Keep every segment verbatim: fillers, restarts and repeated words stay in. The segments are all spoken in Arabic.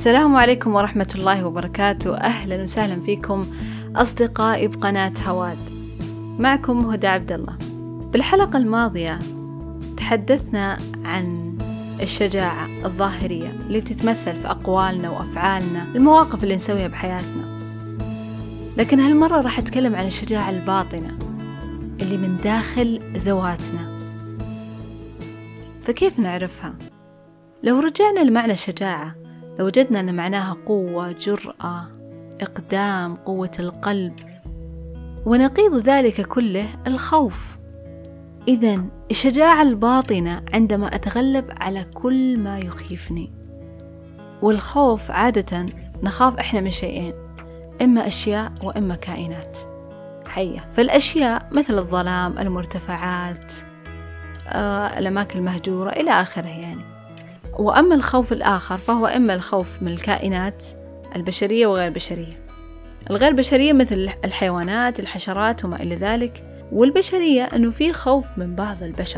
السلام عليكم ورحمة الله وبركاته. أهلا وسهلا فيكم أصدقائي بقناة هواد، معكم هدى عبد الله. بالحلقة الماضية تحدثنا عن الشجاعة الظاهرية اللي تتمثل في أقوالنا وأفعالنا، المواقف اللي نسويها بحياتنا. لكن هالمرة راح أتكلم عن الشجاعة الباطنة اللي من داخل ذواتنا. فكيف نعرفها؟ لو رجعنا لمعنى الشجاعة لوجدنا أن معناها قوة، جرأة، إقدام، قوة القلب، ونقيض ذلك كله الخوف. إذن الشجاعة الباطنة عندما أتغلب على كل ما يخيفني. والخوف عادة نخاف إحنا من شيئين، إما أشياء وإما كائنات حية. فالأشياء مثل الظلام، المرتفعات، آه، الأماكن المهجورة إلى آخره يعني. وأما الخوف الآخر فهو إما الخوف من الكائنات البشرية وغير البشرية. الغير بشرية مثل الحيوانات، الحشرات وما إلى ذلك. والبشرية أنه في خوف من بعض البشر،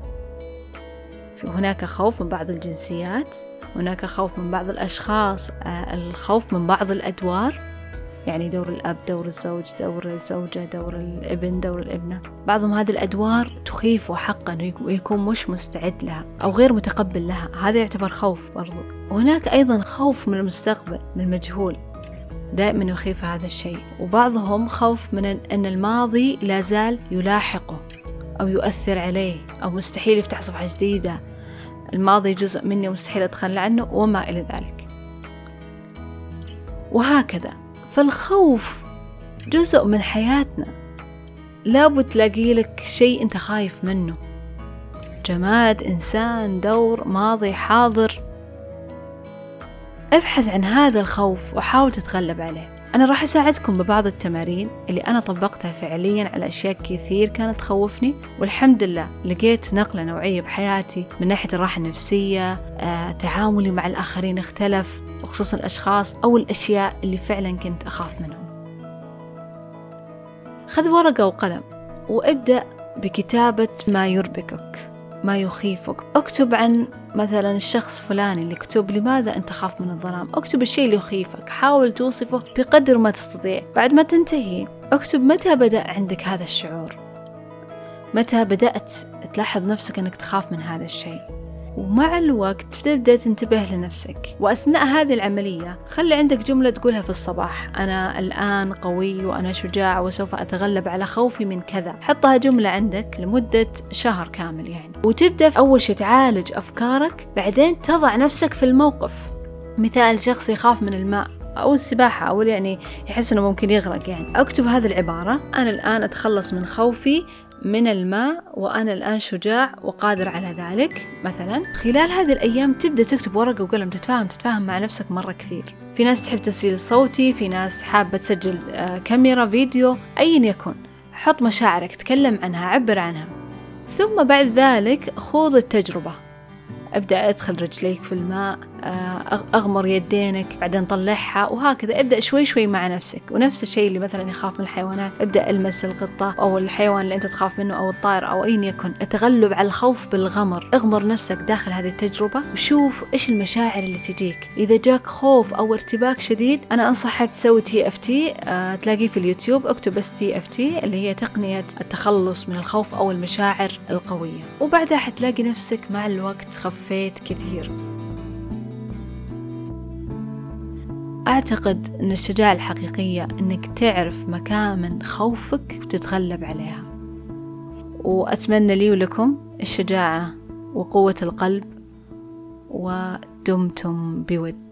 هناك خوف من بعض الجنسيات، هناك خوف من بعض الأشخاص، الخوف من بعض الأدوار، يعني دور الأب، دور الزوج، دور الزوجة، دور الابن، دور الابنة. بعضهم هذه الأدوار تخيفه حقا ويكون مش مستعد لها أو غير متقبل لها، هذا يعتبر خوف برضو. وهناك أيضا خوف من المستقبل، من المجهول، دائما يخيف هذا الشيء. وبعضهم خوف من أن الماضي لا زال يلاحقه أو يؤثر عليه، أو مستحيل يفتح صفحة جديدة، الماضي جزء مني ومستحيل أتخلى عنه وما إلى ذلك، وهكذا. فالخوف جزء من حياتنا، لابد تلاقي لك شيء أنت خايف منه، جماد، إنسان، دور، ماضي، حاضر. ابحث عن هذا الخوف وحاول تتغلب عليه. أنا راح أساعدكم ببعض التمارين اللي أنا طبقتها فعليا على أشياء كثير كانت تخوفني، والحمد لله لقيت نقلة نوعية بحياتي من ناحية الراحة النفسية. آه، تعاملي مع الآخرين اختلف، وخصوصا الأشخاص أو الأشياء اللي فعلا كنت أخاف منهم. خذ ورقة وقلم وابدأ بكتابة ما يربكك، ما يخيفك. اكتب عن مثلا الشخص فلاني اللي اكتب لماذا أنت خاف من الظلام، اكتب الشيء اللي يخيفك، حاول توصفه بقدر ما تستطيع. بعد ما تنتهي اكتب متى بدأ عندك هذا الشعور، متى بدأت تلاحظ نفسك أنك تخاف من هذا الشيء. ومع الوقت تبدأ تنتبه لنفسك. وأثناء هذه العملية خلي عندك جملة تقولها في الصباح: أنا الآن قوي وأنا شجاع وسوف أتغلب على خوفي من كذا. حطها جملة عندك لمدة شهر كامل يعني. وتبدأ أول شيء تعالج أفكارك، بعدين تضع نفسك في الموقف. مثال شخص يخاف من الماء أو السباحة، أو يعني يحس أنه ممكن يغرق يعني. أكتب هذه العبارة: أنا الآن أتخلص من خوفي من الماء وأنا الآن شجاع وقادر على ذلك مثلا. خلال هذه الأيام تبدأ تكتب ورقة وقلم، تتفاهم تتفاهم مع نفسك مرة كثير. في ناس تحب تسجيل صوتي، في ناس حابة تسجل آه كاميرا، فيديو، أيا يكن. حط مشاعرك، تكلم عنها، عبر عنها. ثم بعد ذلك خوض التجربة. أبدأ أدخل رجليك في الماء، أغمر يدينك، بعدين طلعها، وهكذا. ابدأ شوي شوي مع نفسك. ونفس الشيء اللي مثلا يخاف من الحيوانات، ابدأ ألمس القطة أو الحيوان اللي أنت تخاف منه أو الطائر أو أي يكن. التغلب على الخوف بالغمر. اغمر نفسك داخل هذه التجربة وشوف إيش المشاعر اللي تجيك. إذا جاك خوف أو ارتباك شديد أنا أنصحك تسوي تي اف تي، أه تلاقيه في اليوتيوب. اكتب بس تي اف تي اللي هي تقنية التخلص من الخوف أو المشاعر القوية، وبعدها حتلاقي نفسك مع الوقت خفيت كثير. أعتقد أن الشجاعة الحقيقية أنك تعرف مكامن خوفك وتتغلب عليها. وأتمنى لي ولكم الشجاعة وقوة القلب، ودمتم بود.